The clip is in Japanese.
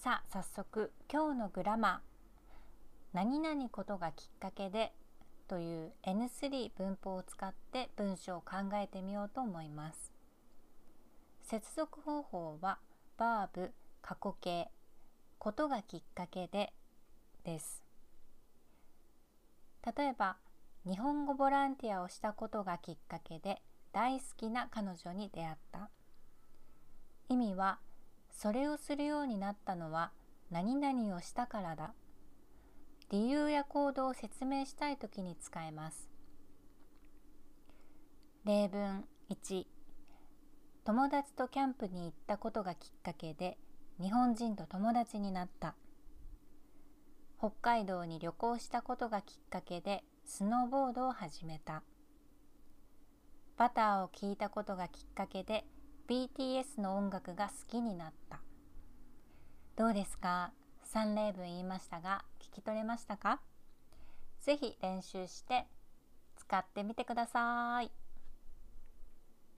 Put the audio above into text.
さあ早速今日のグラマー、何々ことがきっかけでという N3 文法を使って文章を考えてみようと思います。接続方法はバーブ、過去形、ことがきっかけでです。例えば、日本語ボランティアをしたことがきっかけで大好きな彼女に出会った。意味は、それをするようになったのは何々をしたからだ。理由や行動を説明したいときに使えます。例文1、友達とキャンプに行ったことがきっかけで日本人と友達になった。北海道に旅行したことがきっかけでスノーボードを始めた。バターを聞いたことがきっかけで BTS の音楽が好きになった。どうですか？3例文言いましたが聞き取れましたか？ぜひ練習して使ってみてください。